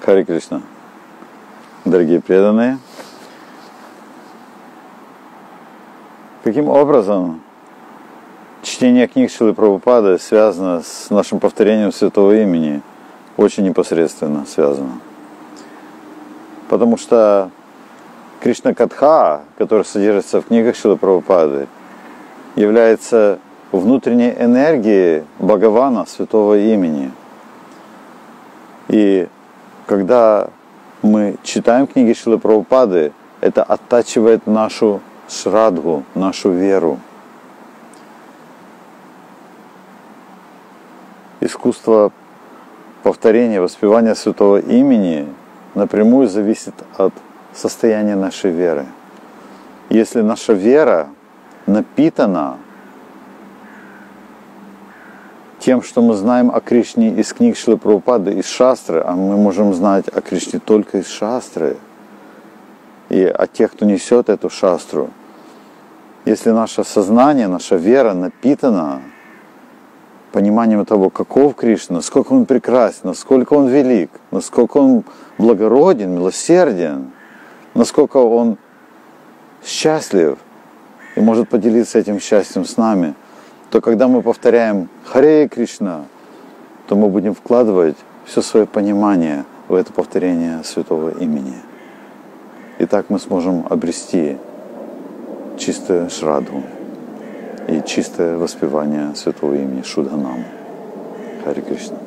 Харе Кришна. Дорогие преданные, каким образом чтение книг Шрилы Прабхупады связано с нашим повторением святого имени? Очень непосредственно связано. Потому что Кришна Катха, который содержится в книгах Шрилы Прабхупады, является внутренней энергией Бхагавана, святого имени. И когда мы читаем книги Шрилы Прабхупады, это оттачивает нашу шрадху, нашу веру. Искусство повторения, воспевания святого имени напрямую зависит от состояния нашей веры. Если наша вера напитана тем, что мы знаем о Кришне из книг Шрилы Прабхупады, из шастры, а мы можем знать о Кришне только из шастры, и от тех, кто несет эту шастру. Если наше сознание, наша вера напитана пониманием того, каков Кришна, насколько Он прекрасен, насколько Он велик, насколько Он благороден, милосерден, насколько Он счастлив и может поделиться этим счастьем с нами, то когда мы повторяем «Харе Кришна», то мы будем вкладывать все свое понимание в это повторение святого имени. И так мы сможем обрести чистую шрадху и чистое воспевание святого имени Шудханама. Харе Кришна.